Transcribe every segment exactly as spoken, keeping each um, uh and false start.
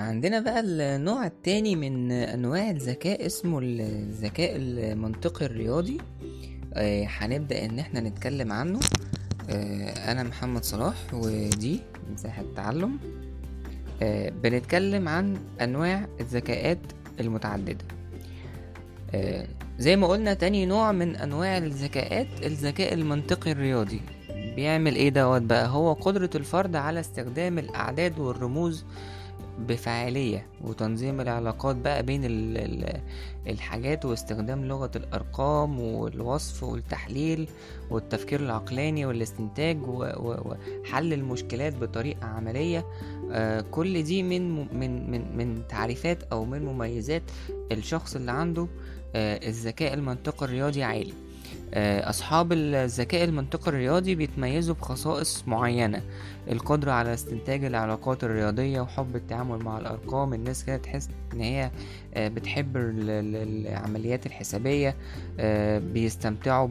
عندنا بقى النوع التاني من انواع الذكاء اسمه الذكاء المنطقي الرياضي. آه، هنبدأ ان احنا نتكلم عنه. آه، انا محمد صلاح ودي مساحة تعلم. آه، بنتكلم عن انواع الذكاءات المتعددة. آه، زي ما قلنا تاني نوع من انواع الذكاءات الذكاء المنطقي الرياضي. بيعمل ايه دوت بقى؟ هو قدرة الفرد على استخدام الاعداد والرموز بفاعلية وتنظيم العلاقات بقى بين ال ال الحاجات، واستخدام لغة الأرقام والوصف والتحليل والتفكير العقلاني والاستنتاج وحل المشكلات بطريقة عملية. آه كل دي من من من من تعريفات أو من مميزات الشخص اللي عنده آه الذكاء المنطقي الرياضي عالي. أصحاب الذكاء المنطقي الرياضي بيتميزوا بخصائص معينة: القدرة على استنتاج العلاقات الرياضية وحب التعامل مع الأرقام. الناس كده تحس إن هي بتحب العمليات الحسابية، بيستمتعوا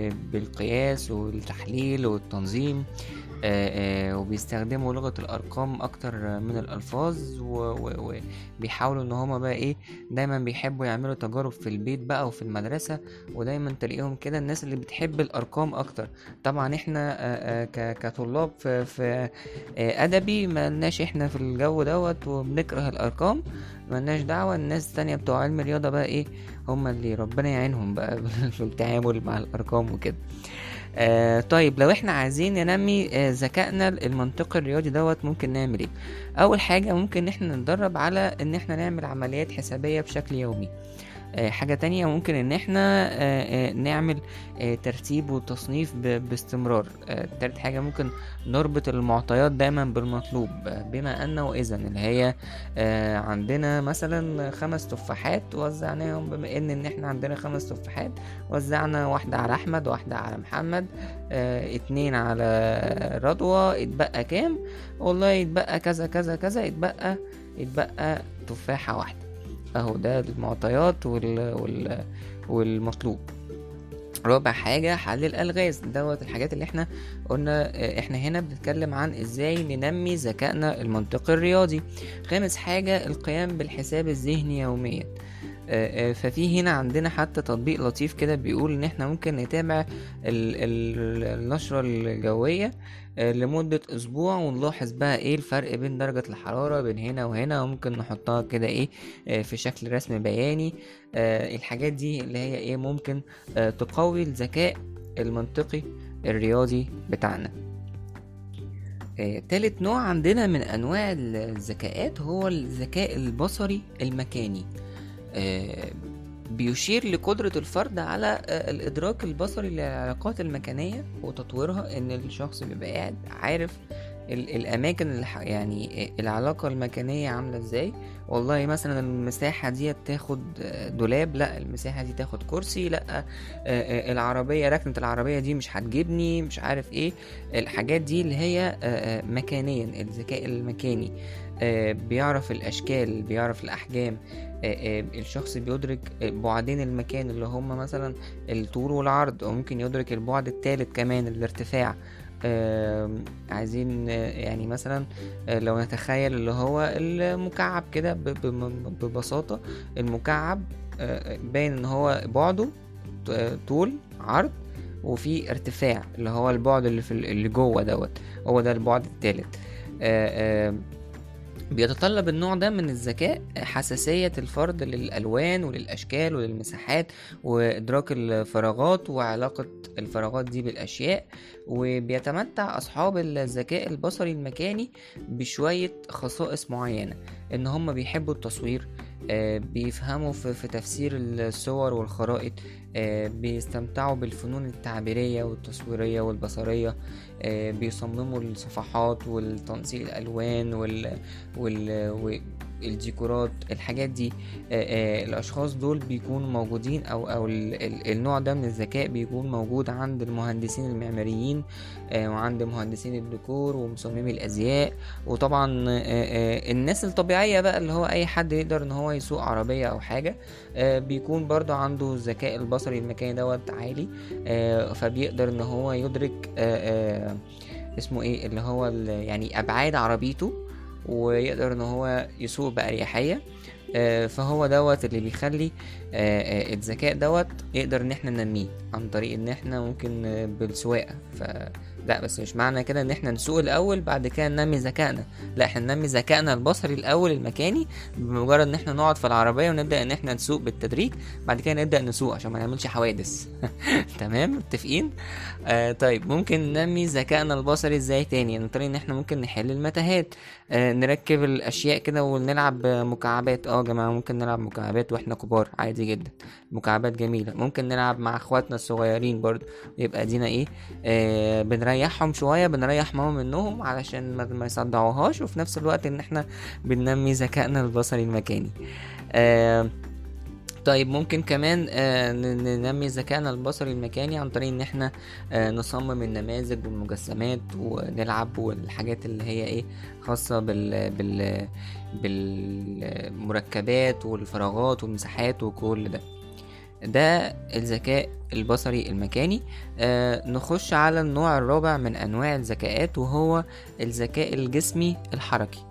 بالقياس والتحليل والتنظيم، آه آه وبيستخدموا لغة الأرقام أكتر من الألفاظ، وبيحاولوا إن هما بقى إيه دايما بيحبوا يعملوا تجارب في البيت بقى وفي المدرسة، ودايما تلاقيهم كده الناس اللي بتحب الأرقام أكتر. طبعا إحنا آه آه كطلاب في, في آه أدبي ملناش إحنا في الجو دوت وبنكره الأرقام، ملناش دعوة. الناس التانية بتوع علم الرياضة بقى إيه هما اللي ربنا يعينهم بقى في التعامل مع الأرقام وكده. آه طيب لو احنا عايزين ننمي آه ذكائنا المنطقي الرياضي دوت ممكن نعمل ايه؟ اول حاجة ممكن احنا نتدرب على ان احنا نعمل عمليات حسابية بشكل يومي. آه حاجة تانية ممكن ان احنا آه آه نعمل آه ترتيب وتصنيف باستمرار. آه تالت حاجة ممكن نربط المعطيات دايما بالمطلوب، آه بما ان واذا اللي هي آه عندنا مثلا خمس تفاحات وزعناهم، بما ان ان احنا عندنا خمس تفاحات وزعنا واحدة على احمد واحدة على محمد، آه اتنين على رضوى، اتبقى كام؟ والله يتبقى كذا كذا كذا، يتبقى يتبقى تفاحة واحدة. اهو ده المعطيات وال... وال... والمطلوب. رابع حاجة حل الألغاز دوت الحاجات اللي احنا قلنا احنا هنا بنتكلم عن ازاي ننمي ذكائنا المنطقي الرياضي. خامس حاجة القيام بالحساب الذهني يوميا. ففي هنا عندنا حتى تطبيق لطيف كده بيقول ان احنا ممكن نتابع النشرة الجوية لمدة اسبوع ونلاحظ بقى ايه الفرق بين درجة الحرارة بين هنا وهنا، وممكن نحطها كده ايه في شكل رسم بياني. الحاجات دي اللي هي ايه ممكن تقوي الذكاء المنطقي الرياضي بتاعنا. تالت نوع عندنا من انواع الذكاءات هو الذكاء البصري المكاني. آه بيشير لقدرة الفرد على آه الإدراك البصري للعلاقات المكانية وتطويرها، إن الشخص بيبقى قاعد عارف الأماكن الح... يعني العلاقة المكانية عاملة إزاي. والله مثلا المساحة دي تاخد دولاب، لا المساحة دي تاخد كرسي، لا آه العربية ركنة العربية دي مش هتجيبني، مش عارف إيه الحاجات دي اللي هي مكانيا. الذكاء المكاني بيعرف الأشكال، بيعرف الأحجام. الشخص بيدرك بعدين المكان اللي هم مثلا الطول والعرض، او ممكن يدرك البعد الثالث كمان الارتفاع. آه عايزين يعني مثلا لو نتخيل اللي هو المكعب كده ببساطة، المكعب آه باين ان هو بعده طول عرض وفي ارتفاع اللي هو البعد اللي في اللي جوه دوت، هو ده البعد الثالث. آه آه بيتطلب النوع ده من الذكاء حساسية الفرد للألوان وللأشكال وللمساحات وإدراك الفراغات وعلاقة الفراغات دي بالأشياء. وبيتمتع أصحاب الذكاء البصري المكاني بشوية خصائص معينة: إن هم بيحبوا التصوير، آه بيفهموا في, في تفسير الصور والخرائط، آه بيستمتعوا بالفنون التعبيرية والتصويرية والبصرية، آه بيصمموا الصفحات والتنسيق الألوان وال وال الديكورات. الحاجات دي آآ آآ الاشخاص دول بيكونوا موجودين او او النوع ده من الذكاء بيكون موجود عند المهندسين المعماريين وعند مهندسين الديكور ومصممي الازياء، وطبعا آآ الناس الطبيعية بقى اللي هو اي حد يقدر ان هو يسوق عربية او حاجة، بيكون برضو عنده الذكاء البصري المكاني دوت عالي، فبيقدر ان هو يدرك آآ اسمه ايه اللي هو يعني ابعاد عربيته ويقدر ان هو يسوق بأريحية. آه، فهو دوت اللي بيخلي آه، آه، الذكاء دوت يقدر ان احنا ننميه عن طريق ان احنا ممكن آه، بالسواقة. ف لا، بس مش معنى كده ان احنا نسوق الاول بعد كده ننمي ذكائنا. لا، احنا ننمي ذكائنا البصري الاول المكاني، بمجرد ان احنا نقعد في العربية ونبدأ ان احنا نسوق بالتدريج، بعد كده نبدأ نسوق عشان ما نعملش حوادث. تمام، متفقين. آه طيب، ممكن ننمي ذكائنا البصري ازاي تاني؟ عن طريق ان احنا ممكن نحل المتاهات، آه نركب الاشياء كده ونلعب آه، مكعبات. اه يا جماعه، ممكن نلعب مكعبات واحنا كبار عادي جدا، مكعبات جميله. ممكن نلعب مع اخواتنا الصغيرين برضو، يبقى دينا ايه، آه بنريحهم شويه، بنريح ماما منهم علشان ما ما يصدعوهاش، وفي نفس الوقت ان احنا بننمي ذكائنا البصري المكاني. آه طيب، ممكن كمان آه ن- ننمي ذكائنا البصري المكاني عن طريق ان احنا آه نصمم النماذج والمجسمات ونلعب، والحاجات اللي هي ايه خاصة بال بال بالمركبات والفراغات والمساحات وكل ده. ده الذكاء البصري المكاني. آه نخش على النوع الرابع من انواع الذكاءات، وهو الذكاء الجسمي الحركي.